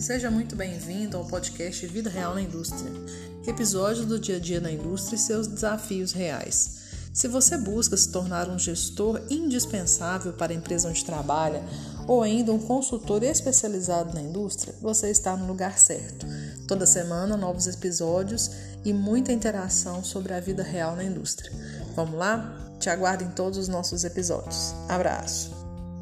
Seja muito bem-vindo ao podcast Vida Real na Indústria, episódio do dia a dia na indústria e seus desafios reais. Se você busca se tornar um gestor indispensável para a empresa onde trabalha ou ainda um consultor especializado na indústria, você está no lugar certo. Toda semana, novos episódios e muita interação sobre a vida real na indústria. Vamos lá? Te aguardo em todos os nossos episódios. Abraço!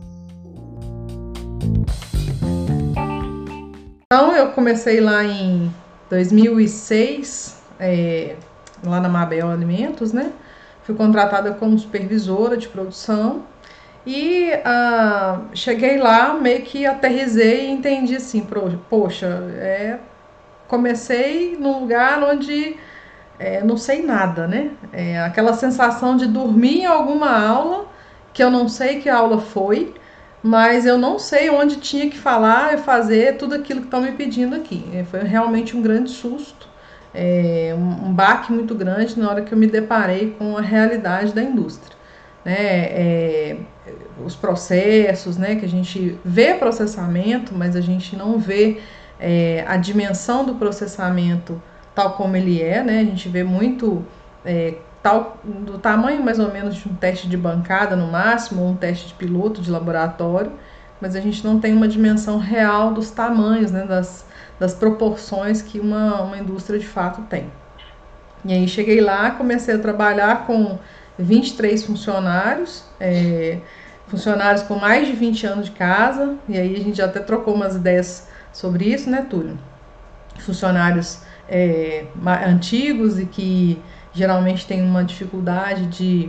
Então, eu comecei lá em 2006, lá na Mabel Alimentos, né? Fui contratada como supervisora de produção e cheguei lá, meio que aterrisei e entendi assim, poxa, comecei num lugar onde não sei nada, né? Aquela sensação de dormir em alguma aula, que eu não sei que aula foi, mas eu não sei onde tinha que falar e fazer tudo aquilo que estão me pedindo aqui. Foi realmente um grande susto, um baque muito grande na hora que eu me deparei com a realidade da indústria, né? Os processos, né? Que a gente vê processamento, mas a gente não vê a dimensão do processamento tal como ele é, né? A gente vê muito do tamanho mais ou menos de um teste de bancada no máximo, ou um teste de piloto de laboratório, mas a gente não tem uma dimensão real dos tamanhos, né, das proporções que uma indústria de fato tem. E aí cheguei lá, comecei a trabalhar com 23 funcionários, funcionários com mais de 20 anos de casa, e aí a gente já até trocou umas ideias sobre isso, né, Túlio? Funcionários antigos e que geralmente tem uma dificuldade de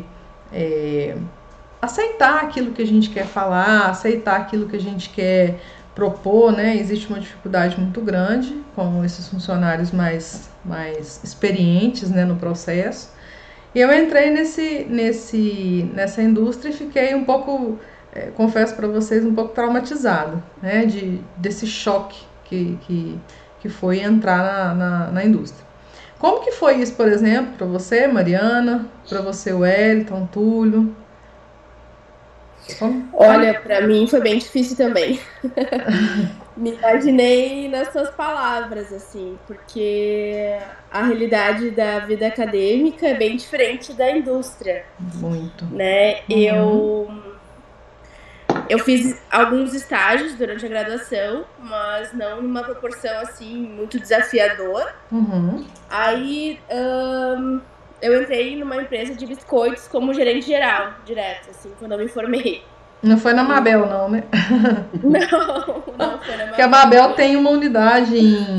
aceitar aquilo que a gente quer falar, aceitar aquilo que a gente quer propor, né? Existe uma dificuldade muito grande com esses funcionários mais experientes, né, no processo. E eu entrei nessa indústria e fiquei um pouco, confesso para vocês, um pouco traumatizada, né, desse choque que foi entrar na indústria. Como que foi isso, por exemplo, para você, Mariana, para você, Wellington, Túlio? Olha, para mim foi bem difícil também. Me imaginei nas suas palavras, assim, porque a realidade da vida acadêmica é bem diferente da indústria. Muito. Né? Eu fiz alguns estágios durante a graduação, mas não numa proporção assim muito desafiadora. Aí eu entrei numa empresa de biscoitos como gerente geral, direto, assim, quando eu me formei. Não foi na Mabel, não, né? Não foi na Mabel. Porque a Mabel tem uma unidade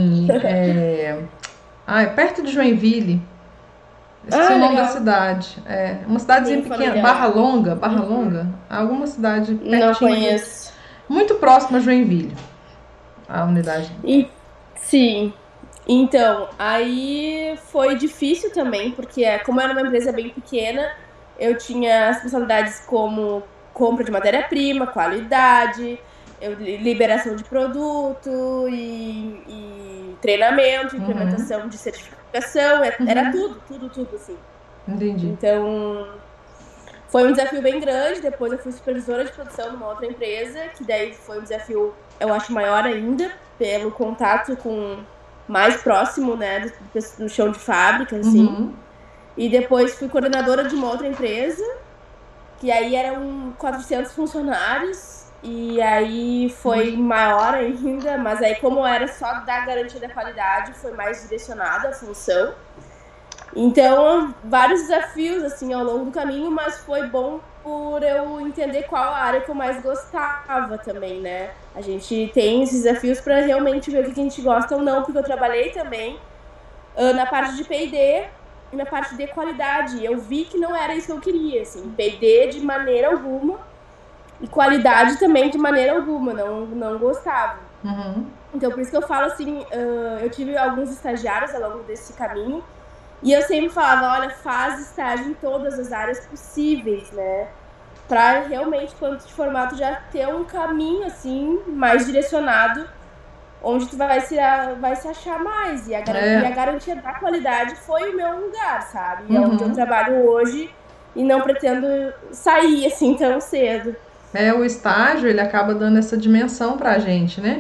perto de Joinville. Esqueci o nome da cidade. Uma cidadezinha pequena, Barra Longa. Alguma cidade pertinho. Não conheço. Muito próxima a Joinville, a unidade. Sim. Então, aí foi difícil também, porque como era uma empresa bem pequena, eu tinha responsabilidades como compra de matéria-prima, qualidade, liberação de produto e treinamento, implementação de certificação, era tudo assim. Entendi. Então, foi um desafio bem grande. Depois eu fui supervisora de produção numa outra empresa, que daí foi um desafio, eu acho, maior ainda, pelo contato mais próximo, né, do chão de fábrica, assim. E depois fui coordenadora de uma outra empresa, que aí eram 400 funcionários, e aí foi maior ainda, mas aí como era só dar garantia da qualidade, foi mais direcionada a função. Então, vários desafios, assim, ao longo do caminho, mas foi bom por eu entender qual a área que eu mais gostava também, né? A gente tem esses desafios para realmente ver o que a gente gosta ou não, porque eu trabalhei também na parte de P&D e na parte de qualidade. Eu vi que não era isso que eu queria, assim, P&D de maneira alguma e qualidade também de maneira alguma, não gostava. Então, por isso que eu falo assim, eu tive alguns estagiários ao longo desse caminho, e eu sempre falava, olha, faz estágio em todas as áreas possíveis, né? Pra realmente, quando te formar, tu já ter um caminho, assim, mais direcionado, onde tu vai se achar mais. E a garantia da qualidade foi o meu lugar, sabe? É onde eu trabalho hoje e não pretendo sair, assim, tão cedo. O estágio, ele acaba dando essa dimensão pra gente, né?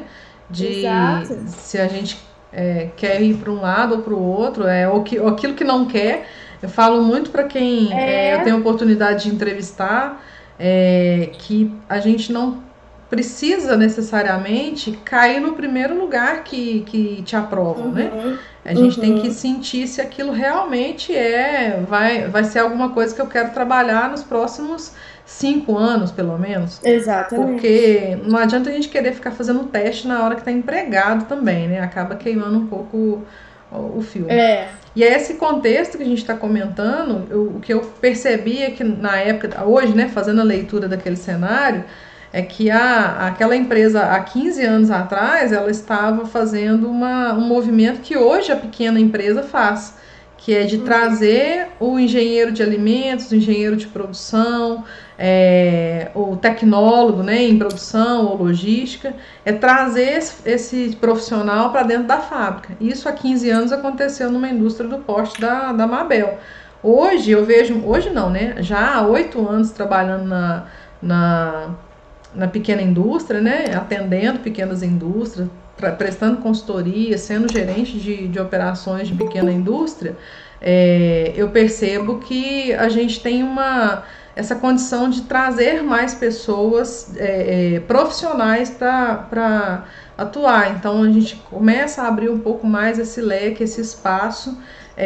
de Exato. se a gente quer ir para um lado ou para o outro, ou aquilo que não quer. Eu falo muito para quem eu É. tenho a oportunidade de entrevistar, que a gente não precisa necessariamente cair no primeiro lugar que te aprovam, né? Uhum. A gente tem que Uhum. sentir se aquilo realmente vai ser alguma coisa que eu quero trabalhar nos próximos 5 anos, pelo menos. Exatamente. Porque não adianta a gente querer ficar fazendo teste na hora que está empregado também, né? Acaba queimando um pouco o filme. É. E é esse contexto que a gente está comentando, o que eu percebi é que na época, hoje, né, fazendo a leitura daquele cenário, é que aquela empresa há 15 anos atrás, ela estava fazendo um movimento que hoje a pequena empresa faz, que é de Uhum. trazer o engenheiro de alimentos, o engenheiro de produção, o tecnólogo, né, em produção ou logística, é trazer esse profissional para dentro da fábrica. Isso há 15 anos aconteceu numa indústria do porte da Mabel. Hoje eu vejo, hoje não, né? Já há 8 anos trabalhando na, na pequena indústria, né? Atendendo pequenas indústrias, prestando consultoria, sendo gerente de operações de pequena indústria, eu percebo que a gente tem essa condição de trazer mais pessoas profissionais para atuar. Então a gente começa a abrir um pouco mais esse leque, esse espaço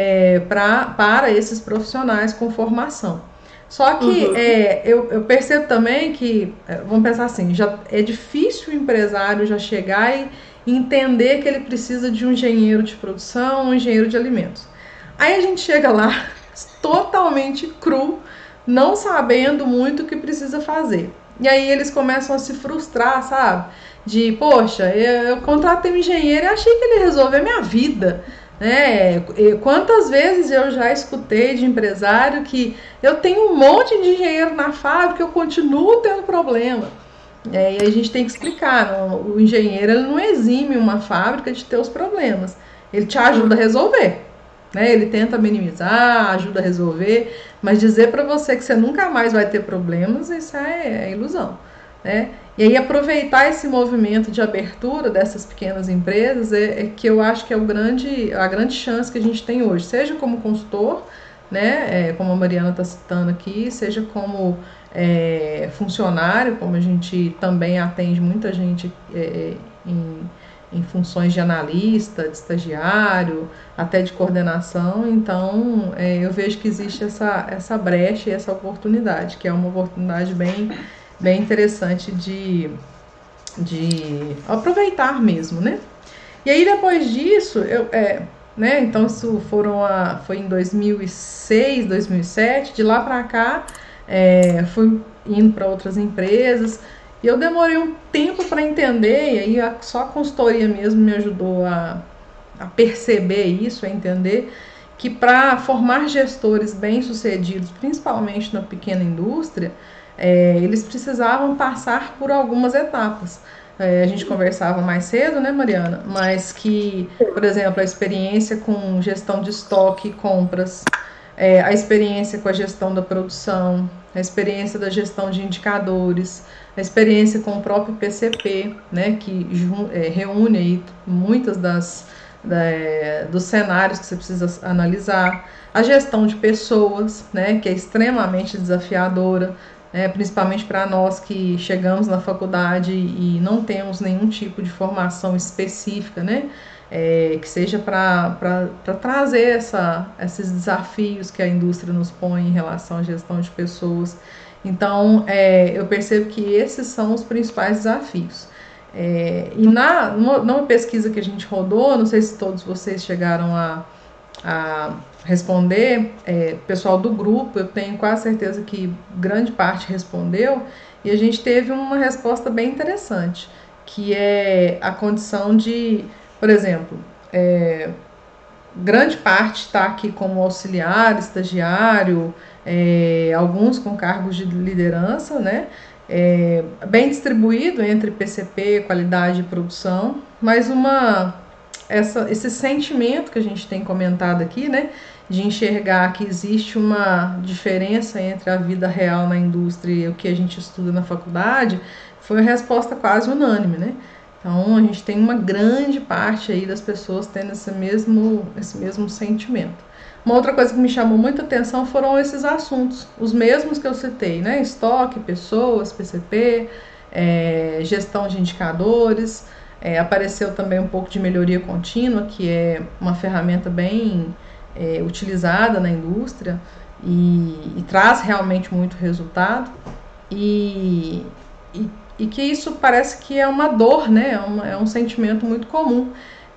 para esses profissionais com formação. Só que Uhum. eu percebo também que, vamos pensar assim, já é difícil o empresário já chegar e entender que ele precisa de um engenheiro de produção, um engenheiro de alimentos. Aí a gente chega lá totalmente cru, não sabendo muito o que precisa fazer. E aí eles começam a se frustrar, sabe? De, poxa, eu contratei um engenheiro e achei que ele ia resolver a minha vida. Né? Quantas vezes eu já escutei de empresário que eu tenho um monte de engenheiro na fábrica, eu continuo tendo problema. E a gente tem que explicar, o engenheiro ele não exime uma fábrica de ter os problemas, ele te ajuda a Uhum. resolver. Né? Ele tenta minimizar, ajuda a resolver, mas dizer para você que você nunca mais vai ter problemas, isso é ilusão. Né? E aí aproveitar esse movimento de abertura dessas pequenas empresas que eu acho que é a grande chance que a gente tem hoje, seja como consultor, né, como a Mariana está citando aqui, seja como funcionário, como a gente também atende muita gente em, em funções de analista, de estagiário, até de coordenação. Então eu vejo que existe essa brecha e essa oportunidade, que é uma oportunidade bem interessante de aproveitar mesmo, né? E aí depois disso, né? Então isso foi em 2006, 2007. De lá para cá, fui indo para outras empresas. E eu demorei um tempo para entender, e aí só a consultoria mesmo me ajudou a perceber isso, a entender que para formar gestores bem-sucedidos, principalmente na pequena indústria, eles precisavam passar por algumas etapas. A gente conversava mais cedo, né, Mariana? Mas que, por exemplo, a experiência com gestão de estoque e compras, a experiência com a gestão da produção, a experiência da gestão de indicadores, a experiência com o próprio PCP, né, que reúne aí muitas dos cenários que você precisa analisar, a gestão de pessoas, né, que é extremamente desafiadora, principalmente para nós que chegamos na faculdade e não temos nenhum tipo de formação específica, né, que seja para trazer esses desafios que a indústria nos põe em relação à gestão de pessoas. Então, eu percebo que esses são os principais desafios. E numa pesquisa que a gente rodou, não sei se todos vocês chegaram a responder, pessoal do grupo, eu tenho quase certeza que grande parte respondeu, e a gente teve uma resposta bem interessante, que é a condição de, por exemplo, grande parte está aqui como auxiliar, estagiário, alguns com cargos de liderança, né? Bem distribuído entre PCP, qualidade e produção, mas esse sentimento que a gente tem comentado aqui, né, de enxergar que existe uma diferença entre a vida real na indústria e o que a gente estuda na faculdade, foi uma resposta quase unânime, né? Então, a gente tem uma grande parte aí das pessoas tendo esse mesmo sentimento. Uma outra coisa que me chamou muita atenção foram esses assuntos, os mesmos que eu citei, né? Estoque, pessoas, PCP, gestão de indicadores. Apareceu também um pouco de melhoria contínua, que é uma ferramenta bem utilizada na indústria e traz realmente muito resultado. E, e que isso parece que é uma dor, né? É um sentimento muito comum.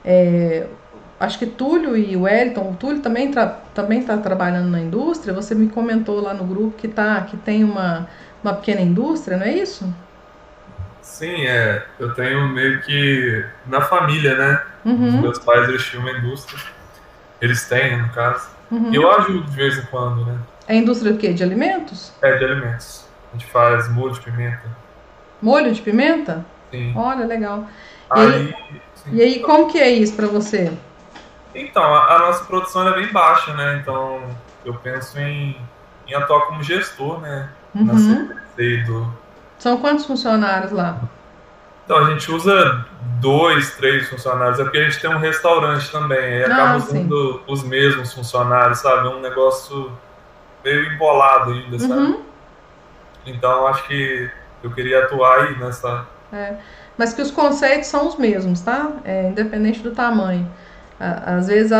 Acho que Túlio e o Wellington, o Túlio também está trabalhando na indústria. Você me comentou lá no grupo que tem uma pequena indústria, não é isso? Sim, eu tenho meio que na família, né? Os meus pais, eles tinham uma indústria. Eles têm, no caso. E eu ajudo de vez em quando, né? É indústria do quê? De alimentos? De alimentos. A gente faz molho de pimenta. Molho de pimenta? Sim. Olha, legal. E aí, como que é isso para você? Então, a nossa produção é bem baixa, né? Então, eu penso em atuar como gestor, né? Na CPC São quantos funcionários lá? Então, a gente usa 2, 3 funcionários. É porque a gente tem um restaurante também. Aí acaba usando os mesmos funcionários, sabe? É um negócio meio embolado ainda, sabe? Então, acho que eu queria atuar aí nessa... Mas que os conceitos são os mesmos, tá? Independente do tamanho. Às vezes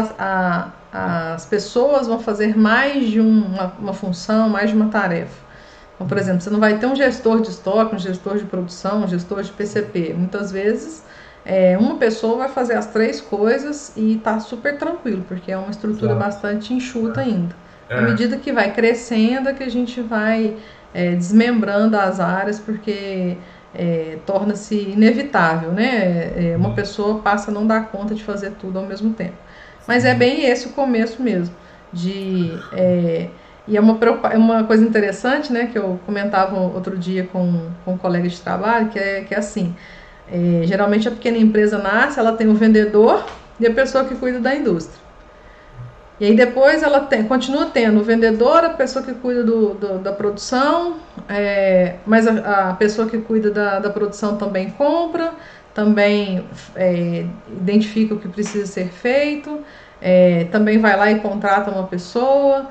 as pessoas vão fazer mais de uma função, mais de uma tarefa. Então, por exemplo, você não vai ter um gestor de estoque, um gestor de produção, um gestor de PCP. Muitas vezes uma pessoa vai fazer as 3 coisas e tá super tranquilo, porque é uma estrutura bastante enxuta ainda. À medida que vai crescendo, é que a gente vai desmembrando as áreas, porque torna-se inevitável, né? Uma pessoa passa a não dar conta de fazer tudo ao mesmo tempo. Mas é bem esse o começo mesmo. E é uma coisa interessante, né? Que eu comentava outro dia com um colega de trabalho, que é assim. Geralmente a pequena empresa nasce, ela tem o vendedor e a pessoa que cuida da indústria. E aí depois ela continua tendo o vendedor, a pessoa que cuida da produção, mas a pessoa que cuida da produção também compra, também identifica o que precisa ser feito, também vai lá e contrata uma pessoa,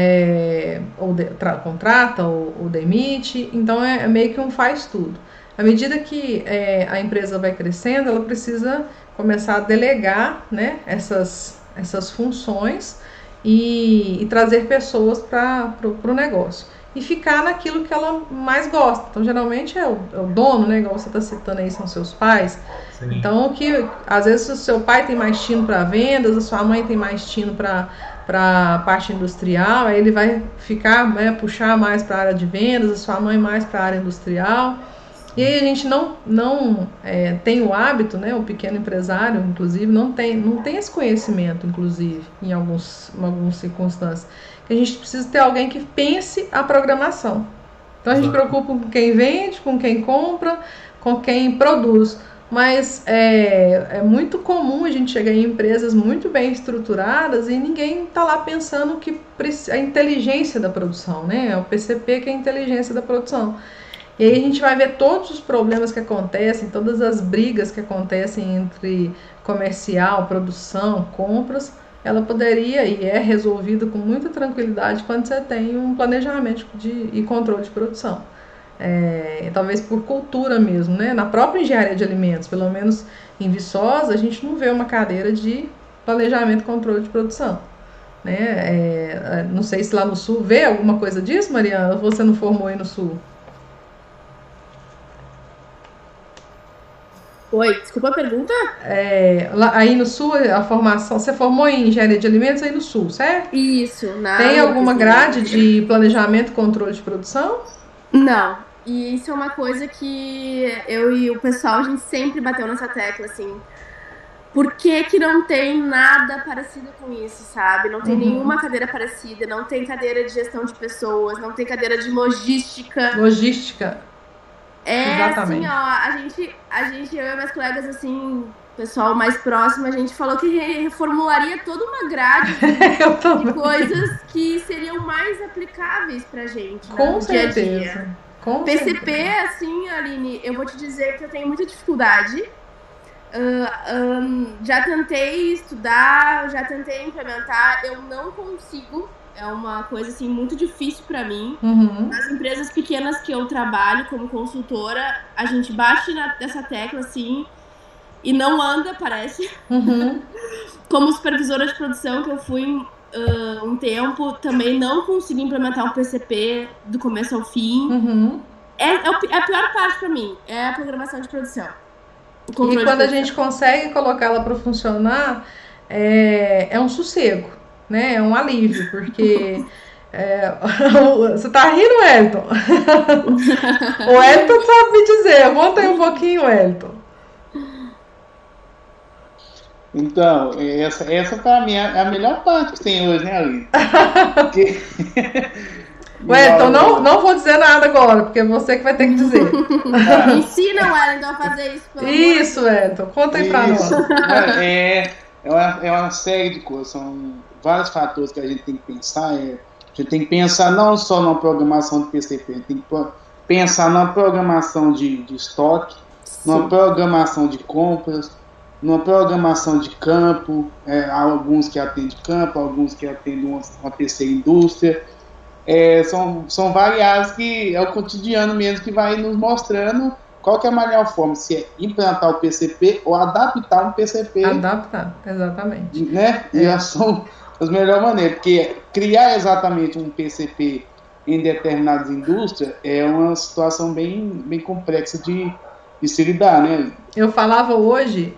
contrata ou demite. Então é meio que um faz tudo. À medida que a empresa vai crescendo, ela precisa começar a delegar, né, essas funções e trazer pessoas para o negócio. E ficar naquilo que ela mais gosta. Então, geralmente é o dono, né? Igual você está citando aí, são seus pais. Sim. Então, às vezes o seu pai tem mais tino para vendas, a sua mãe tem mais tino para a parte industrial, aí ele vai ficar, né, puxar mais para a área de vendas, a sua mãe mais para a área industrial. E aí a gente não tem o hábito, né, o pequeno empresário, inclusive, não tem esse conhecimento, inclusive, em algumas circunstâncias. Que a gente precisa ter alguém que pense a programação. Então a gente preocupa com quem vende, com quem compra, com quem produz. Mas é muito comum a gente chegar em empresas muito bem estruturadas e ninguém está lá pensando que a inteligência da produção, né? É o PCP que é a inteligência da produção. E aí a gente vai ver todos os problemas que acontecem, todas as brigas que acontecem entre comercial, produção, compras, ela poderia e é resolvida com muita tranquilidade quando você tem um planejamento e controle de produção. Talvez por cultura mesmo, né? Na própria engenharia de alimentos, pelo menos em Viçosa, a gente não vê uma cadeira de planejamento e controle de produção. Né? Não sei se lá no Sul vê alguma coisa disso, Mariana, ou você não formou aí no Sul? Oi, desculpa a pergunta? Aí no Sul, a formação, você formou em engenharia de alimentos aí no Sul, certo? Isso. Tem alguma grade de planejamento e controle de produção? Não. E isso é uma coisa que eu e o pessoal, a gente sempre bateu nessa tecla, assim. Por que não tem nada parecido com isso, sabe? Não tem nenhuma cadeira parecida, não tem cadeira de gestão de pessoas, não tem cadeira de logística. Logística. Exatamente. Assim, ó, a gente, eu e meus colegas, assim, pessoal mais próximo, a gente falou que reformularia toda uma grade de coisas que seriam mais aplicáveis pra gente, né, no dia a dia. Com PCP, certeza. Assim, Aline, eu vou te dizer que eu tenho muita dificuldade, Já tentei estudar, já tentei implementar, eu não consigo. É uma coisa assim muito difícil para mim. Nas empresas pequenas que eu trabalho como consultora, a gente bate nessa tecla assim e não anda, parece. Como supervisora de produção que eu fui um tempo, também não consegui implementar um PCP do começo ao fim. É a pior parte para mim, é a programação de produção. E quando a gente consegue colocá-la para funcionar, é um sossego, né? É um alívio, porque você tá rindo, Wellington? O Wellington sabe me dizer, conta aí um pouquinho, Wellington. Então, essa para mim é a melhor parte que tem hoje, né, Aline? Porque... Wellington, não vou dizer nada agora, porque é você que vai ter que dizer. Ensina o Wellington a fazer isso. Isso, Wellington, conta aí pra nós. É uma série de coisas, são vários fatores que a gente tem que pensar. A gente tem que pensar não só na programação de PCP, a gente tem que pensar na programação de estoque, numa programação de compras, numa programação de campo, alguns que atendem campo, alguns que atendem uma terceira indústria. São variáveis que é o cotidiano mesmo que vai nos mostrando qual que é a melhor forma, se é implantar o PCP ou adaptar um PCP. Adaptar, exatamente. Né? E são as melhores maneiras, porque criar exatamente um PCP em determinadas indústrias é uma situação bem, bem complexa de se lidar, né? Eu falava hoje,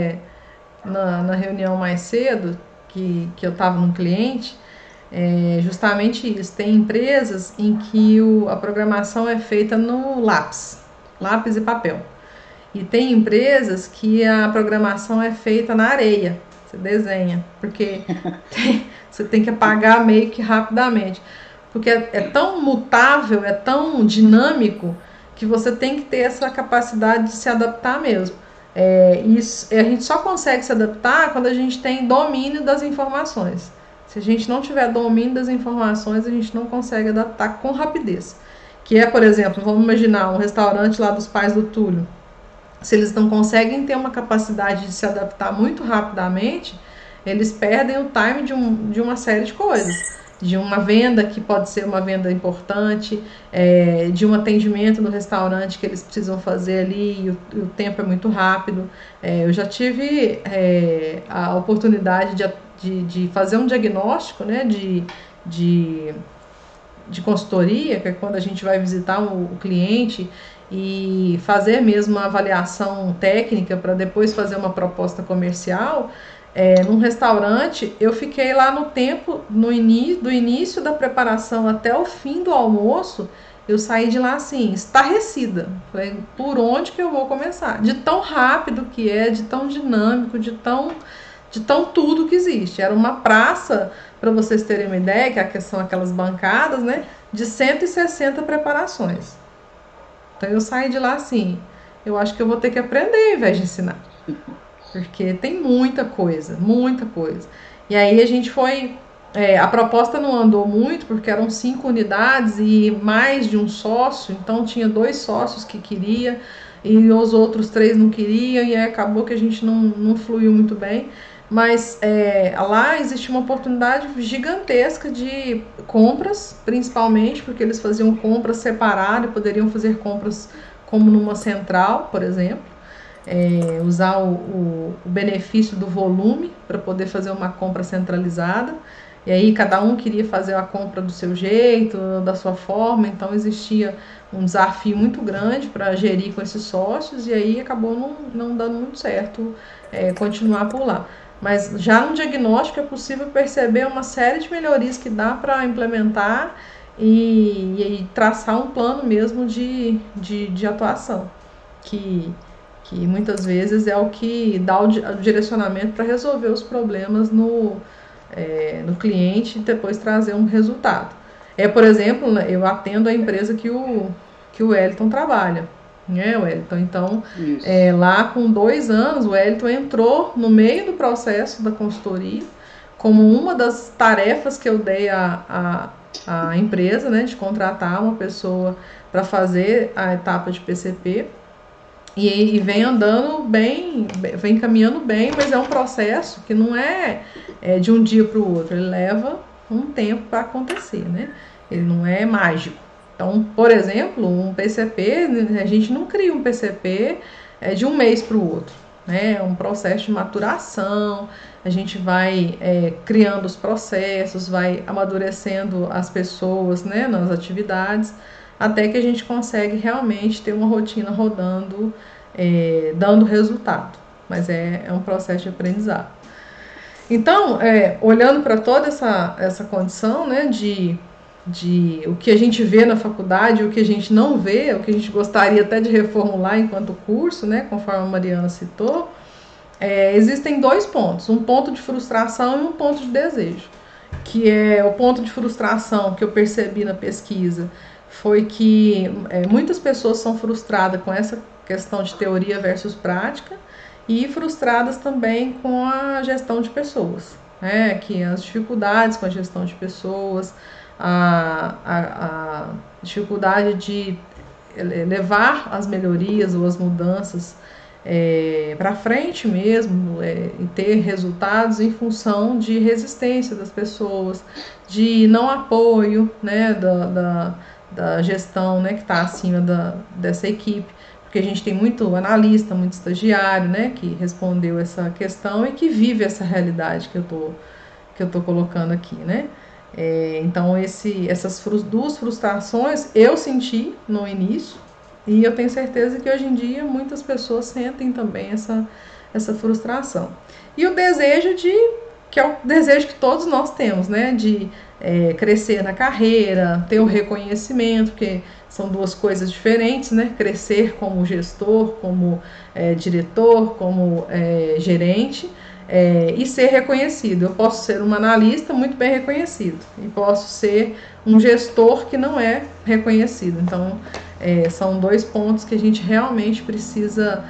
na reunião mais cedo, que eu estava num cliente, justamente isso. Tem empresas em que a programação é feita no lápis e papel. E tem empresas que a programação é feita na areia. Você desenha, porque você tem que apagar meio que rapidamente. Porque é tão mutável, é tão dinâmico, que você tem que ter essa capacidade de se adaptar mesmo. A gente só consegue se adaptar quando a gente tem domínio das informações. Se a gente não tiver domínio das informações, a gente não consegue adaptar com rapidez. Que é, por exemplo, vamos imaginar um restaurante lá dos pais do Túlio. Se eles não conseguem ter uma capacidade de se adaptar muito rapidamente, eles perdem o time de uma série de coisas. De uma venda que pode ser uma venda importante, de um atendimento no restaurante que eles precisam fazer ali e o tempo é muito rápido. Eu já tive a oportunidade de fazer um diagnóstico, né, de consultoria, que é quando a gente vai visitar o cliente e fazer mesmo uma avaliação técnica para depois fazer uma proposta comercial. Num restaurante, eu fiquei lá no tempo, do início da preparação até o fim do almoço, eu saí de lá assim, estarrecida. Falei, por onde que eu vou começar? De tão rápido que de tão dinâmico, de tão tudo que existe. Era uma praça, para vocês terem uma ideia, que são aquelas bancadas, né, de 160 preparações. Então eu saí de lá assim, eu acho que eu vou ter que aprender ao invés de ensinar. Porque tem muita coisa, muita coisa. E aí a gente foi... a proposta não andou muito, porque eram 5 unidades e mais de um sócio, então tinha 2 sócios que queria e os outros 3 não queriam, e aí acabou que a gente não fluiu muito bem. Mas lá existe uma oportunidade gigantesca de compras, principalmente porque eles faziam compras separadas e poderiam fazer compras como numa central, por exemplo. Usar o benefício do volume para poder fazer uma compra centralizada. E aí cada um queria fazer a compra do seu jeito, da sua forma, então existia um desafio muito grande para gerir com esses sócios, e aí acabou não dando muito certo continuar por lá. Mas já no diagnóstico é possível perceber uma série de melhorias que dá para implementar e traçar um plano mesmo de atuação, que muitas vezes é o que dá o direcionamento para resolver os problemas no cliente e depois trazer um resultado. Por exemplo, eu atendo a empresa que o Wellington trabalha, né, Wellington? Então, lá com 2 anos, o Wellington entrou no meio do processo da consultoria como uma das tarefas que eu dei à empresa, né, de contratar uma pessoa para fazer a etapa de PCP. e vem andando bem, vem caminhando bem, mas é um processo que não é de um dia para o outro, ele leva um tempo para acontecer, né? Ele não é mágico. Então, por exemplo, um PCP, a gente não cria um PCP de um mês para o outro, né? É um processo de maturação, a gente vai criando os processos, vai amadurecendo as pessoas, né, nas atividades, até que a gente consegue realmente ter uma rotina rodando, dando resultado. Mas é um processo de aprendizado. Então, olhando para toda essa condição, né, de o que a gente vê na faculdade, o que a gente não vê, o que a gente gostaria até de reformular enquanto curso, né, conforme a Mariana citou, existem 2 pontos, um ponto de frustração e um ponto de desejo, que é o ponto de frustração que eu percebi na pesquisa, foi que muitas pessoas são frustradas com essa questão de teoria versus prática e frustradas também com a gestão de pessoas, né, que as dificuldades com a gestão de pessoas, a dificuldade de levar as melhorias ou as mudanças para frente mesmo, e ter resultados em função de resistência das pessoas, de não apoio, né, da gestão, né, que está acima dessa equipe, porque a gente tem muito analista, muito estagiário, né, que respondeu essa questão e que vive essa realidade que eu tô colocando aqui, né. Então essas 2 frustrações eu senti no início, e eu tenho certeza que hoje em dia muitas pessoas sentem também essa frustração. E o desejo que é o desejo que todos nós temos, né? De crescer na carreira, ter o reconhecimento, porque são 2 coisas diferentes, né? Crescer como gestor, como diretor, como gerente, e ser reconhecido. Eu posso ser um analista muito bem reconhecido e posso ser um gestor que não é reconhecido. Então, são 2 pontos que a gente realmente precisa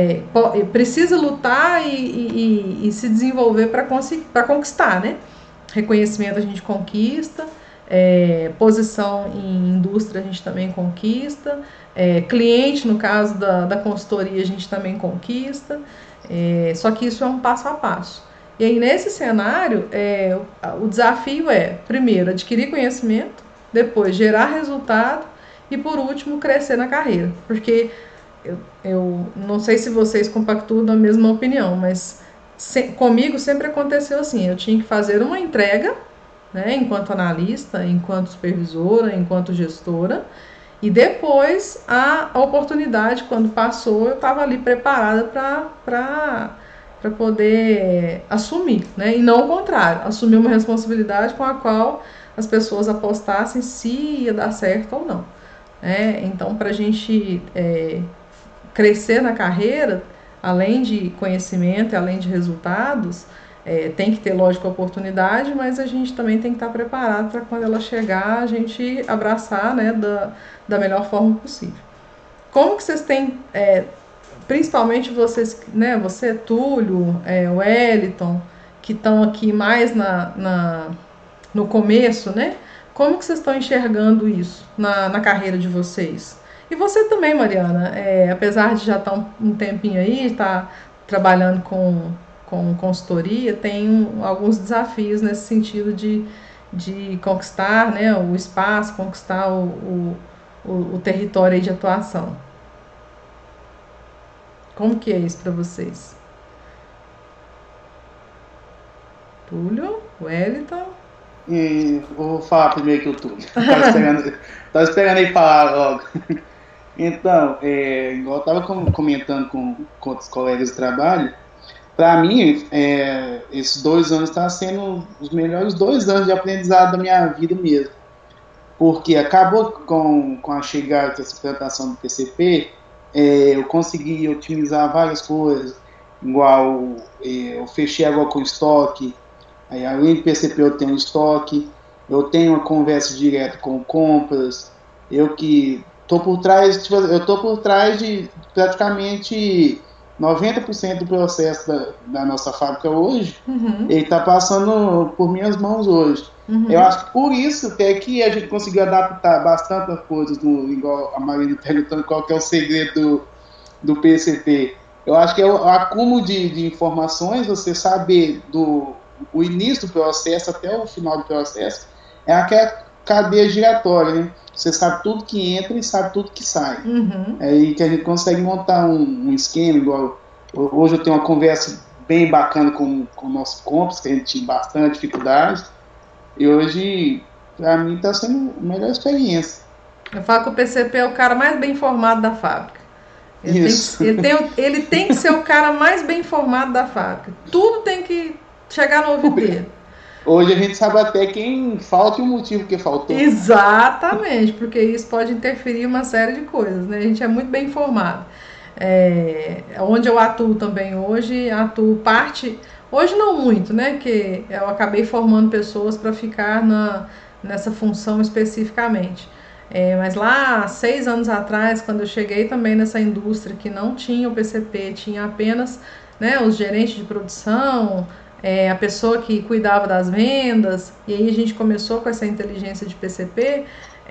lutar e se desenvolver para conquistar, né? Reconhecimento a gente conquista, posição em indústria a gente também conquista, cliente, no caso da consultoria, a gente também conquista, só que isso é um passo a passo. E aí, nesse cenário, o desafio primeiro, adquirir conhecimento, depois gerar resultado e, por último, crescer na carreira. Porque eu não sei se vocês compactuam da mesma opinião, mas comigo sempre aconteceu assim, eu tinha que fazer uma entrega, né, enquanto analista, enquanto supervisora, enquanto gestora, e depois a oportunidade, quando passou, eu estava ali preparada para poder assumir, né, e não o contrário, assumir uma responsabilidade com a qual as pessoas apostassem se ia dar certo ou não. Então, para a gente crescer na carreira, além de conhecimento e além de resultados, tem que ter, lógico, oportunidade, mas a gente também tem que estar preparado para quando ela chegar, a gente abraçar, né, da melhor forma possível. Como que vocês têm, principalmente vocês, né, você, Túlio, o Wellington, que estão aqui mais no começo, né? Como que vocês estão enxergando isso na carreira de vocês? E você também, Mariana, apesar de já estar um tempinho aí, estar trabalhando com consultoria, tem alguns desafios nesse sentido de conquistar, né, o espaço, conquistar o território aí de atuação. Como que é isso para vocês? Túlio, Wellington? Vou falar primeiro que o Túlio. Tava esperando ele falar logo. Então, igual eu estava comentando com outros colegas de trabalho, para mim, esses 2 anos estão sendo os melhores 2 anos de aprendizado da minha vida mesmo. Porque acabou com a chegada dessa implantação do PCP, eu consegui otimizar várias coisas, igual eu fechei agora com estoque, aí além do PCP eu tenho estoque, eu tenho uma conversa direta com compras, eu tô por trás de praticamente 90% do processo da nossa fábrica hoje, ele está passando por minhas mãos hoje. Eu acho que por isso até que a gente conseguiu adaptar bastante as coisas, igual a Marina perguntando qual que é o segredo do PCP. Eu acho que é o acúmulo de informações, você saber o início do processo até o final do processo, é aquela cadeia giratória, né? Você sabe tudo que entra e sabe tudo que sai. É aí que a gente consegue montar um esquema, igual hoje eu tenho uma conversa bem bacana com o nosso compras, que a gente tinha bastante dificuldade, e hoje, para mim, está sendo a melhor experiência. Eu falo que o PCP é o cara mais bem informado da fábrica. Ele tem que ser o cara mais bem informado da fábrica. Tudo tem que chegar no ouvido dele. Hoje a gente sabe até quem falta e o motivo que faltou. Exatamente, porque isso pode interferir em uma série de coisas, né? A gente é muito bem informado. Onde eu atuo também hoje, hoje não muito, né? Que eu acabei formando pessoas para ficar nessa função especificamente. Mas lá, 6 anos atrás, quando eu cheguei também nessa indústria que não tinha o PCP, tinha apenas, né, os gerentes de produção, a pessoa que cuidava das vendas, e aí a gente começou com essa inteligência de PCP,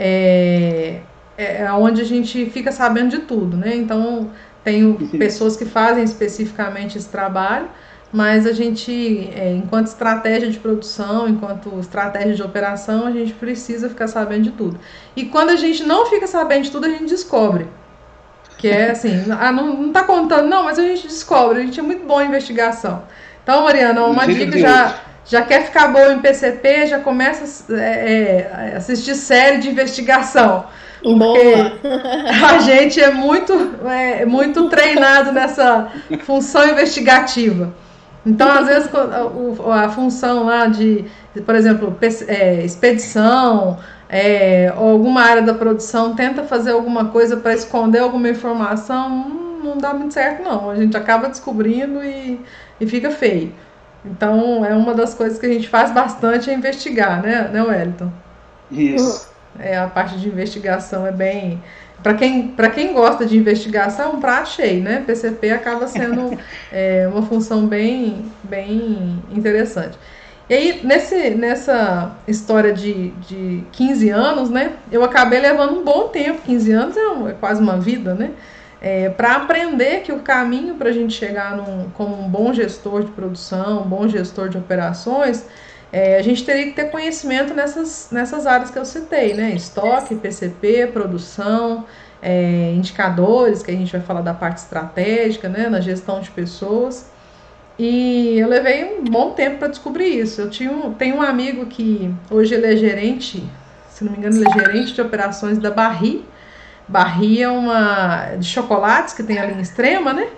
onde a gente fica sabendo de tudo, né? Então, tenho pessoas que fazem especificamente esse trabalho, mas a gente, enquanto estratégia de produção, enquanto estratégia de operação, a gente precisa ficar sabendo de tudo. E quando a gente não fica sabendo de tudo, a gente descobre. Que é assim, não tá contando, não, mas a gente descobre, a gente é muito bom em investigação. Então, Mariana, uma dica, já quer ficar boa em PCP, já começa a assistir série de investigação. Porque a gente é muito treinado nessa função investigativa. Então, às vezes, a função lá por exemplo, expedição, ou alguma área da produção tenta fazer alguma coisa para esconder alguma informação, não dá muito certo, não. A gente acaba descobrindo e fica feio. Então, é uma das coisas que a gente faz bastante é investigar, né, Wellington? Isso. A parte de investigação é bem... Para quem gosta de investigação, é um prato cheio, né? PCP acaba sendo uma função bem interessante. E aí, nessa história de 15 anos, né? Eu acabei levando um bom tempo, 15 anos é quase uma vida, né? Para aprender que o caminho para a gente chegar como um bom gestor de produção, um bom gestor de operações, a gente teria que ter conhecimento nessas áreas que eu citei, né? Estoque, PCP, produção, indicadores, que a gente vai falar da parte estratégica, né? Na gestão de pessoas. E eu levei um bom tempo para descobrir isso. Eu tenho um amigo que hoje ele é gerente, se não me engano, ele é gerente de operações da Barry. Barry é uma de chocolates que tem a linha extrema, né?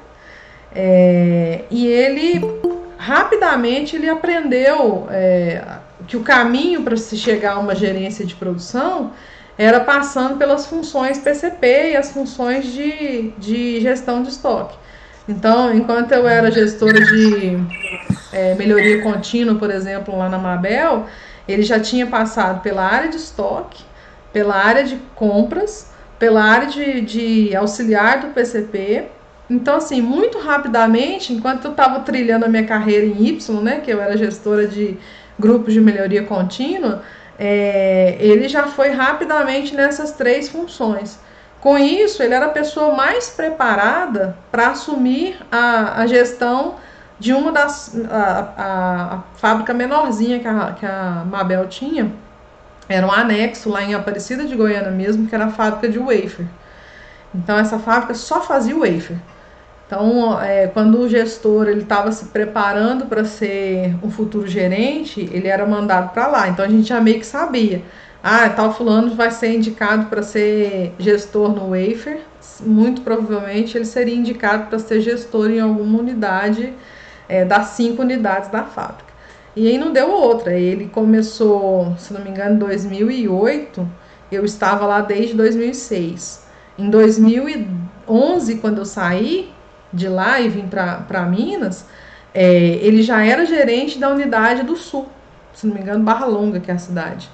E ele rapidamente ele aprendeu que o caminho para se chegar a uma gerência de produção era passando pelas funções PCP e as funções de gestão de estoque. Então, enquanto eu era gestora de melhoria contínua, por exemplo, lá na Mabel, ele já tinha passado pela área de estoque, pela área de compras, pela área de auxiliar do PCP. Então, assim, muito rapidamente, enquanto eu estava trilhando a minha carreira em Y, né, que eu era gestora de grupos de melhoria contínua, ele já foi rapidamente nessas 3 funções. Com isso, ele era a pessoa mais preparada para assumir a gestão de uma a fábrica menorzinha que a Mabel tinha. Era um anexo lá em Aparecida de Goiânia mesmo, que era a fábrica de wafer. Então, essa fábrica só fazia wafer. Então, quando o gestor estava se preparando para ser um futuro gerente, ele era mandado para lá. Então, a gente já meio que sabia. Tal fulano vai ser indicado para ser gestor no wafer. Muito provavelmente, ele seria indicado para ser gestor em alguma unidade das 5 unidades da fábrica. E aí não deu outra. Ele começou, se não me engano, em 2008. Eu estava lá desde 2006. Em 2011, quando eu saí de lá e vim para Minas, ele já era gerente da unidade do Sul, se não me engano, Barra Longa, que é a cidade.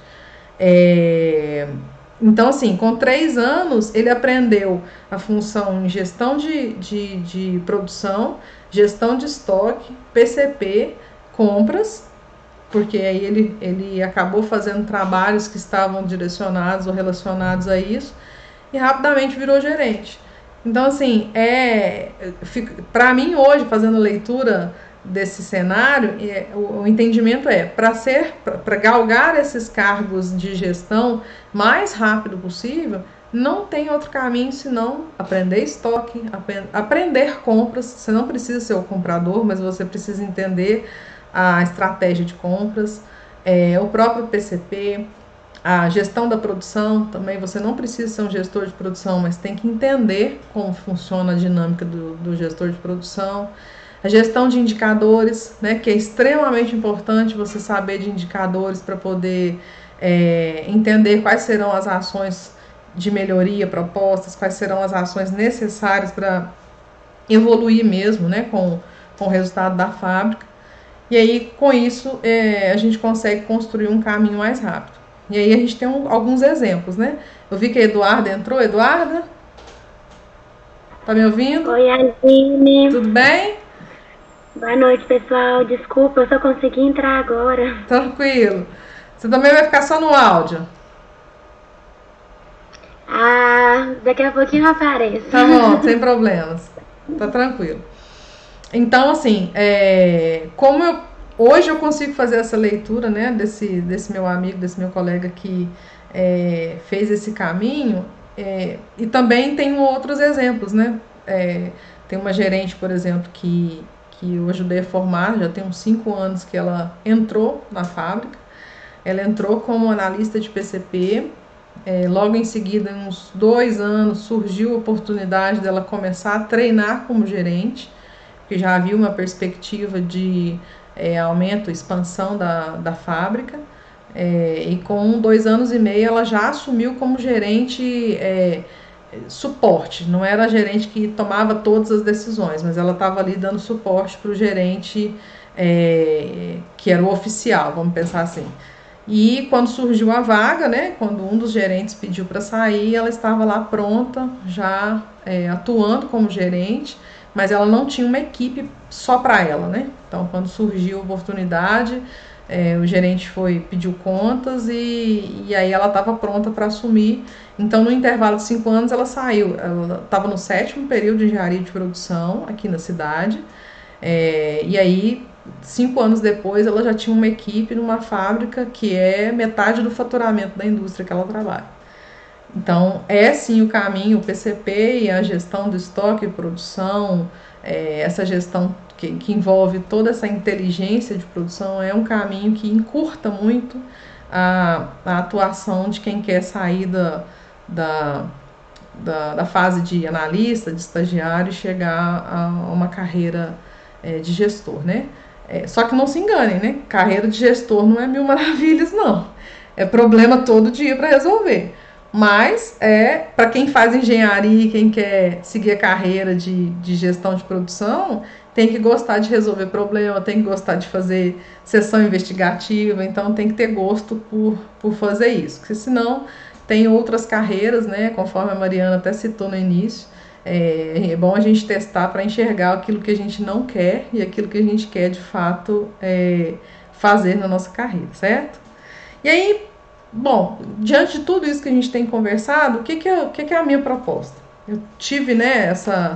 Então, assim, com 3 anos, ele aprendeu a função em gestão de produção, gestão de estoque, PCP, compras, porque aí ele acabou fazendo trabalhos que estavam direcionados ou relacionados a isso, e rapidamente virou gerente. Então, assim, para mim hoje, fazendo leitura desse cenário, o entendimento para galgar esses cargos de gestão mais rápido possível, não tem outro caminho senão aprender estoque, aprender compras. Você não precisa ser o comprador, mas você precisa entender a estratégia de compras, o próprio PCP, a gestão da produção também. Você não precisa ser um gestor de produção, mas tem que entender como funciona a dinâmica do gestor de produção. A gestão de indicadores, né, que é extremamente importante você saber de indicadores para poder entender quais serão as ações de melhoria propostas, quais serão as ações necessárias para evoluir mesmo, né, com o resultado da fábrica. E aí, com isso, a gente consegue construir um caminho mais rápido. E aí a gente tem alguns exemplos, né? Eu vi que a Eduarda entrou. Eduarda? Tá me ouvindo? Oi, Aline. Tudo bem? Boa noite, pessoal. Desculpa, eu só consegui entrar agora. Tranquilo. Você também vai ficar só no áudio? Daqui a pouquinho eu apareço. Tá bom, sem problemas. Tá tranquilo. Então, assim, hoje eu consigo fazer essa leitura, né, desse meu amigo, desse meu colega que fez esse caminho, e também tenho outros exemplos, né? Tem uma gerente, por exemplo, que eu ajudei a formar, já tem uns 5 anos que ela entrou na fábrica. Ela entrou como analista de PCP, logo em seguida, em uns 2 anos, surgiu a oportunidade dela começar a treinar como gerente, porque já havia uma perspectiva de aumento, expansão da fábrica, e com 2 anos e meio ela já assumiu como gerente suporte. Não era a gerente que tomava todas as decisões, mas ela estava ali dando suporte para o gerente que era o oficial, vamos pensar assim. E quando surgiu a vaga, né, quando um dos gerentes pediu para sair, ela estava lá pronta, já atuando como gerente, mas ela não tinha uma equipe só para ela, né? Então, quando surgiu a oportunidade, o gerente pediu contas e aí ela estava pronta para assumir. Então, no intervalo de 5 anos, ela saiu. Ela estava no 7º período de engenharia de produção aqui na cidade. E aí, 5 anos depois, ela já tinha uma equipe numa fábrica que é metade do faturamento da indústria que ela trabalha. Então, sim o caminho, o PCP e a gestão do estoque e produção, essa gestão que envolve toda essa inteligência de produção, é um caminho que encurta muito a atuação de quem quer sair da fase de analista, de estagiário e chegar a uma carreira de gestor, né? Só que não se enganem, né? Carreira de gestor não é mil maravilhas, não. É problema todo dia para resolver. Mas para quem faz engenharia, quem quer seguir a carreira de gestão de produção, tem que gostar de resolver problema, tem que gostar de fazer sessão investigativa, então tem que ter gosto por fazer isso. Porque senão tem outras carreiras, né? Conforme a Mariana até citou no início, é bom a gente testar para enxergar aquilo que a gente não quer e aquilo que a gente quer de fato fazer na nossa carreira, certo? E aí, bom, diante de tudo isso que a gente tem conversado, o que é a minha proposta? Eu tive, né,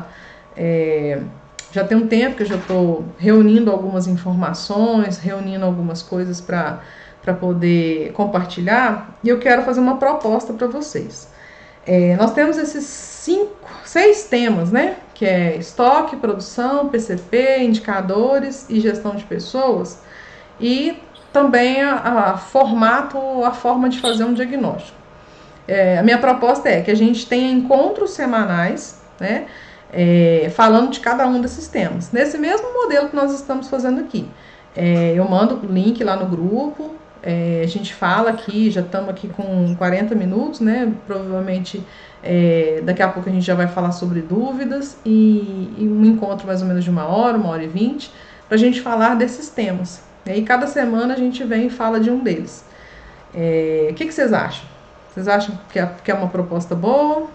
já tem um tempo que eu já estou reunindo algumas informações, reunindo algumas coisas para poder compartilhar, e eu quero fazer uma proposta para vocês. Nós temos esses 6 temas, né? Que é estoque, produção, PCP, indicadores e gestão de pessoas, e também a forma de fazer um diagnóstico. A minha proposta é que a gente tenha encontros semanais, né? Falando de cada um desses temas, nesse mesmo modelo que nós estamos fazendo aqui. Eu mando o link lá no grupo, a gente fala aqui, já estamos aqui com 40 minutos, né? Provavelmente daqui a pouco a gente já vai falar sobre dúvidas e um encontro mais ou menos de 1 hora, 1h20, para a gente falar desses temas. E aí cada semana a gente vem e fala de um deles. O que vocês acham? Vocês acham que é uma proposta boa?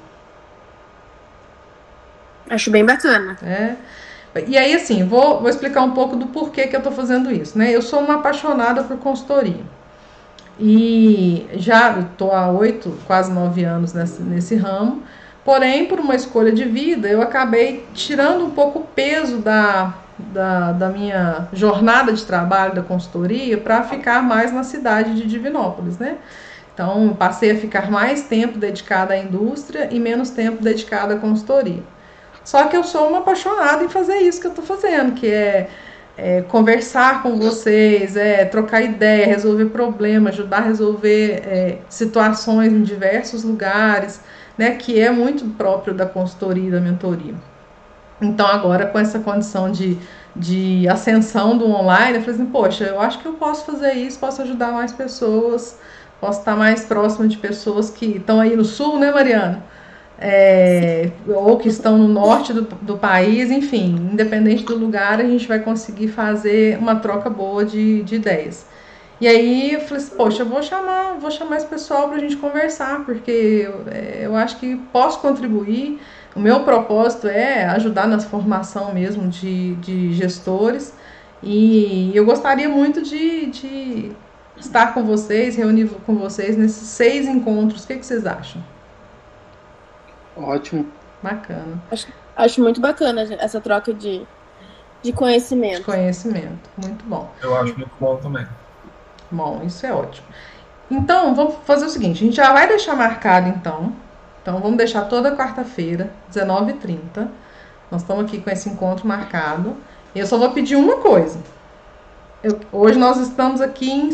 Acho bem bacana. E aí, assim, vou explicar um pouco do porquê que eu estou fazendo isso, né? Eu sou uma apaixonada por consultoria. E já estou há 8, quase 9 anos nesse ramo, Porém, por uma escolha de vida, eu acabei tirando um pouco o peso da minha jornada de trabalho da consultoria para ficar mais na cidade de Divinópolis, né? Então, passei a ficar mais tempo dedicada à indústria e menos tempo dedicada à consultoria. Só que eu sou uma apaixonada em fazer isso que eu estou fazendo, que é conversar com vocês, trocar ideia, resolver problemas, ajudar a resolver situações em diversos lugares, né, que é muito próprio da consultoria e da mentoria. Então, agora, com essa condição de ascensão do online, eu falei assim, poxa, eu acho que eu posso fazer isso, posso ajudar mais pessoas, posso estar mais próximo de pessoas que estão aí no sul, né, Mariana? Ou que estão no norte do país, enfim, independente do lugar, a gente vai conseguir fazer uma troca boa de ideias. E aí eu falei assim, poxa, eu vou chamar esse pessoal para a gente conversar, porque eu acho que posso contribuir. O meu propósito é ajudar na formação mesmo de gestores, e eu gostaria muito de estar com vocês, reunir com vocês nesses 6 encontros. O que vocês acham? Ótimo. Bacana. Acho muito bacana essa troca de conhecimento. De conhecimento, muito bom. Eu acho muito bom também. Bom, isso é ótimo. Então, vamos fazer o seguinte, a gente já vai deixar marcado então. Então, vamos deixar toda quarta-feira, 19h30. Nós estamos aqui com esse encontro marcado. E eu só vou pedir uma coisa. Hoje nós estamos aqui em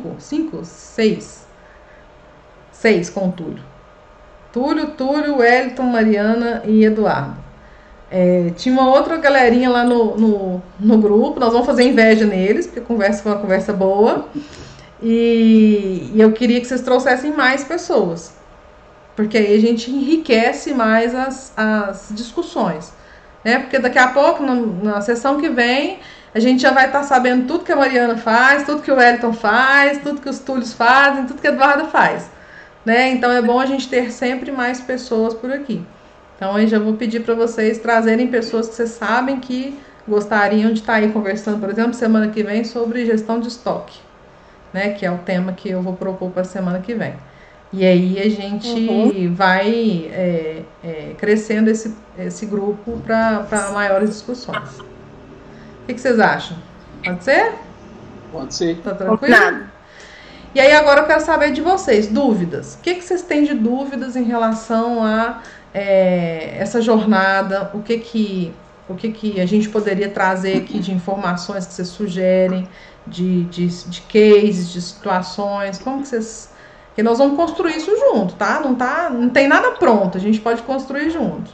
6 com o Túlio. Túlio, Wellington, Mariana e Eduardo. Tinha uma outra galerinha lá no grupo. Nós vamos fazer inveja neles, porque a conversa foi uma conversa boa. E eu queria que vocês trouxessem mais pessoas, porque aí a gente enriquece mais as discussões, né? Porque daqui a pouco, na sessão que vem, a gente já vai estar sabendo tudo que a Mariana faz, tudo que o Wellington faz, tudo que os Túlios fazem, tudo que a Eduarda faz, né? Então é bom a gente ter sempre mais pessoas por aqui. Então eu já vou pedir para vocês trazerem pessoas que vocês sabem que gostariam de estar aí conversando, por exemplo, semana que vem sobre gestão de estoque, né? Que é o tema que eu vou propor para a semana que vem. E aí a gente vai crescendo esse grupo para maiores discussões. O que vocês acham? Pode ser? Pode ser. Tá tranquilo? E aí agora eu quero saber de vocês, dúvidas. O que vocês têm de dúvidas em relação a essa jornada? O que a gente poderia trazer aqui de informações que vocês sugerem, de cases, de situações? Como que vocês... Porque nós vamos construir isso junto, tá? Não tem nada pronto, a gente pode construir junto.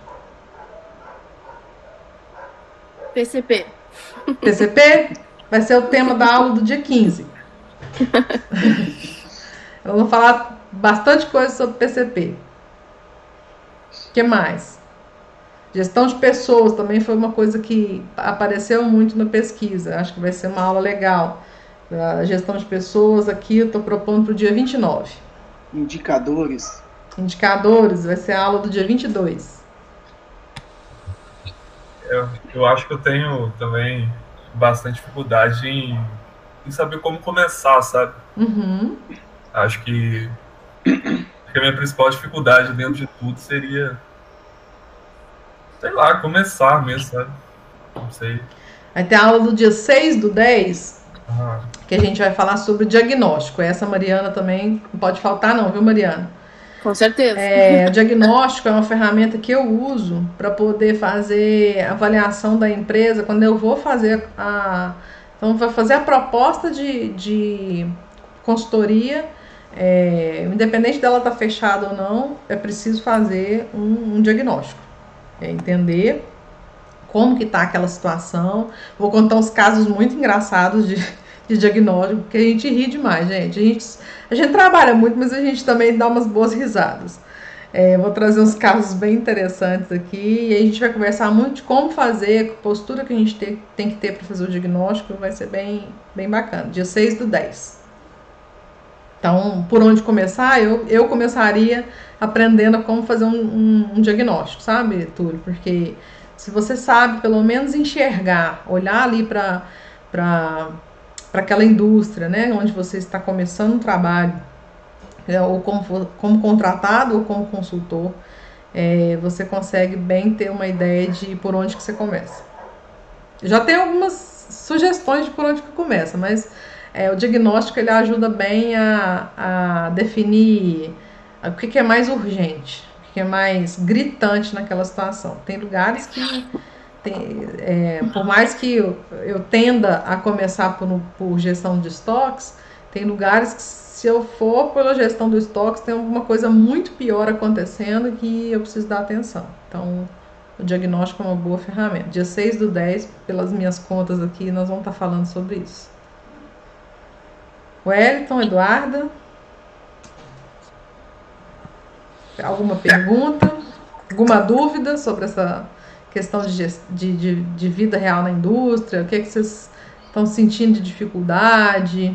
PCP. PCP vai ser o tema da aula do dia 15. Eu vou falar bastante coisa sobre PCP. O que mais? Gestão de pessoas também foi uma coisa que apareceu muito na pesquisa. Acho que vai ser uma aula legal. A gestão de pessoas aqui eu estou propondo para o dia 29. Indicadores. Indicadores vai ser a aula do dia 22. Eu acho que eu tenho também bastante dificuldade em saber como começar, sabe? Uhum. Acho que a minha principal dificuldade dentro de tudo seria, sei lá, começar mesmo, sabe? Não sei. Vai ter a aula do dia 6/10, que a gente vai falar sobre o diagnóstico. Essa Mariana também não pode faltar não, viu, Mariana? Com certeza. O diagnóstico é uma ferramenta que eu uso para poder fazer avaliação da empresa quando eu vou fazer então vai fazer a proposta de consultoria, independente dela estar fechada ou não, é preciso fazer um diagnóstico, entender como que está aquela situação. Vou contar uns casos muito engraçados de diagnóstico, porque a gente ri demais, gente. A gente trabalha muito, mas a gente também dá umas boas risadas. Vou trazer uns casos bem interessantes aqui, e aí a gente vai conversar muito de como fazer, a postura que a gente tem que ter para fazer o diagnóstico. Vai ser bem, bem bacana, dia 6/10. Então, por onde começar? Eu começaria aprendendo como fazer um diagnóstico, sabe, Túlio? Porque se você sabe, pelo menos, enxergar, olhar ali para aquela indústria, né, onde você está começando um trabalho, ou como contratado ou como consultor, você consegue bem ter uma ideia de por onde que você começa. Já tem algumas sugestões de por onde que começa, mas o diagnóstico ele ajuda bem a definir o que é mais urgente, o que é mais gritante naquela situação. Tem lugares que, por mais que eu tenda a começar por gestão de estoques, tem lugares que se eu for pela gestão do estoques, tem alguma coisa muito pior acontecendo que eu preciso dar atenção. Então, o diagnóstico é uma boa ferramenta. Dia 6/10, pelas minhas contas aqui, nós vamos estar falando sobre isso. Wellington, Eduarda? Alguma pergunta? Alguma dúvida sobre essa questão de vida real na indústria? O que vocês estão sentindo de dificuldade?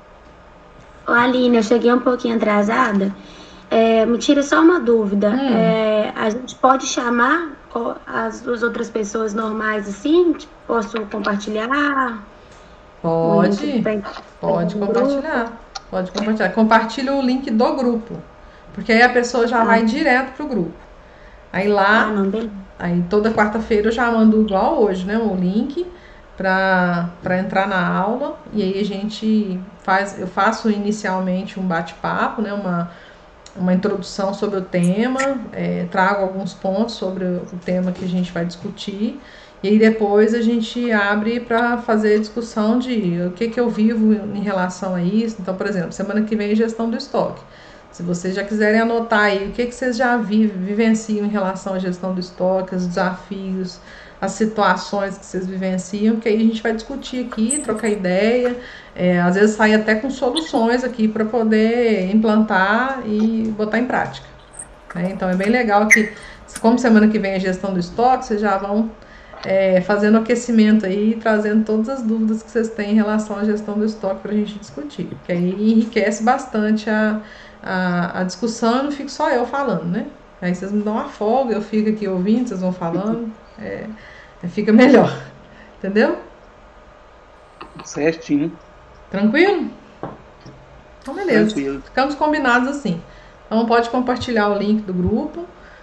Ô, Aline, eu cheguei um pouquinho atrasada. Me tira só uma dúvida. A gente pode chamar as outras pessoas normais assim? Posso compartilhar? Pode compartilhar. Pode compartilhar. Compartilha o link do grupo. Porque aí a pessoa já vai direto pro grupo. Aí lá, aí toda quarta-feira eu já mando igual hoje, né? O link para entrar na aula. E aí eu faço inicialmente um bate-papo, né? Uma introdução sobre o tema, trago alguns pontos sobre o tema que a gente vai discutir, e aí depois a gente abre para fazer discussão de o que eu vivo em relação a isso. Então, por exemplo, semana que vem é gestão do estoque. Se vocês já quiserem anotar aí o que vocês já vivenciam em relação à gestão do estoque, os desafios, as situações que vocês vivenciam, que aí a gente vai discutir aqui, trocar ideia, às vezes sair até com soluções aqui para poder implantar e botar em prática. Então é bem legal que, como semana que vem é gestão do estoque, vocês já vão fazendo aquecimento aí, trazendo todas as dúvidas que vocês têm em relação à gestão do estoque para a gente discutir, que aí enriquece bastante a discussão, e não fico só eu falando, né? Aí vocês me dão uma folga, eu fico aqui ouvindo, vocês vão falando, fica melhor, entendeu? Certinho. Tranquilo? Então, beleza. Tranquilo. Ficamos combinados assim. Então, pode compartilhar o link do grupo,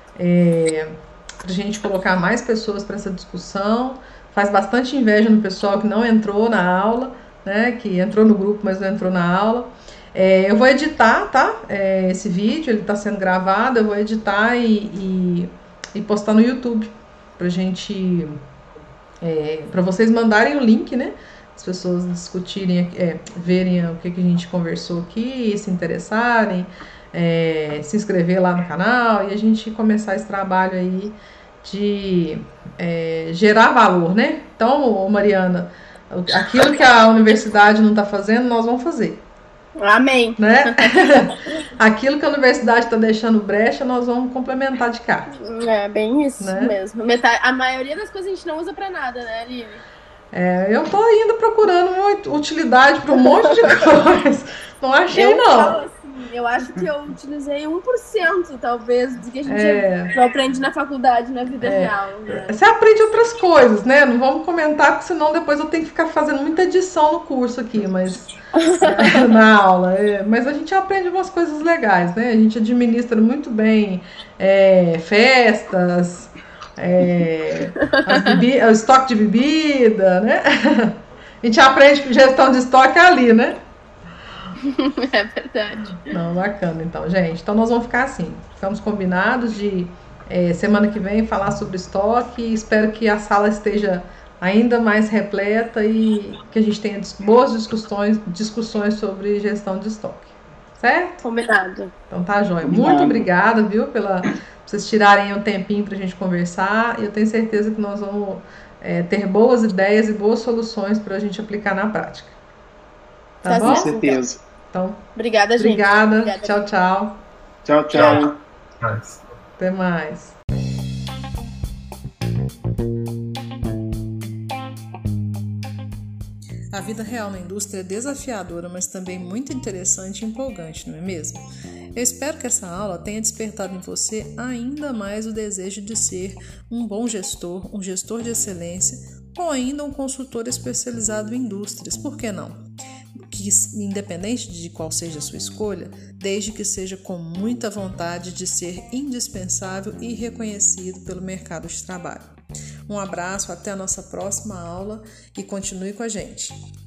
pra gente colocar mais pessoas para essa discussão. Faz bastante inveja no pessoal que não entrou na aula, né? Que entrou no grupo, mas não entrou na aula. Eu vou editar, tá? Esse vídeo, ele está sendo gravado, eu vou editar e postar no YouTube pra gente, para vocês mandarem o link, né? As pessoas discutirem, verem o que a gente conversou aqui, se interessarem, se inscrever lá no canal e a gente começar esse trabalho aí de gerar valor, né? Então, Mariana, aquilo que a universidade não está fazendo, nós vamos fazer. Amém. Né? Aquilo que a universidade está deixando brecha, nós vamos complementar de cá. Bem isso, né? Mesmo. A maioria das coisas a gente não usa para nada, né, Aline? Eu tô indo procurando uma utilidade para um monte de coisa. Não achei, não. Eu acho que eu utilizei 1%, talvez, do que a gente aprende na faculdade, na vida real. Né? Você aprende outras coisas, né? Não vamos comentar, porque senão depois eu tenho que ficar fazendo muita edição no curso aqui, mas na aula. Mas a gente aprende umas coisas legais, né? A gente administra muito bem festas, o estoque de bebida, né? A gente aprende que gestão de estoque ali, né? É verdade. Não, bacana, então, gente. Então nós vamos ficar assim. Ficamos combinados de semana que vem falar sobre estoque. Espero que a sala esteja ainda mais repleta e que a gente tenha boas discussões sobre gestão de estoque. Certo? Combinado. Então tá, joia. Muito obrigada, viu, por vocês tirarem um tempinho pra gente conversar. E eu tenho certeza que nós vamos ter boas ideias e boas soluções pra gente aplicar na prática. Tá bom? Com certeza. Então, obrigada, gente. Obrigada. Tchau, tchau. Tchau, tchau. Até mais. A vida real na indústria é desafiadora, mas também muito interessante e empolgante, não é mesmo? Eu espero que essa aula tenha despertado em você ainda mais o desejo de ser um bom gestor, um gestor de excelência ou ainda um consultor especializado em indústrias, por que não? que, independente de qual seja a sua escolha, desde que seja com muita vontade de ser indispensável e reconhecido pelo mercado de trabalho. Um abraço, até a nossa próxima aula e continue com a gente.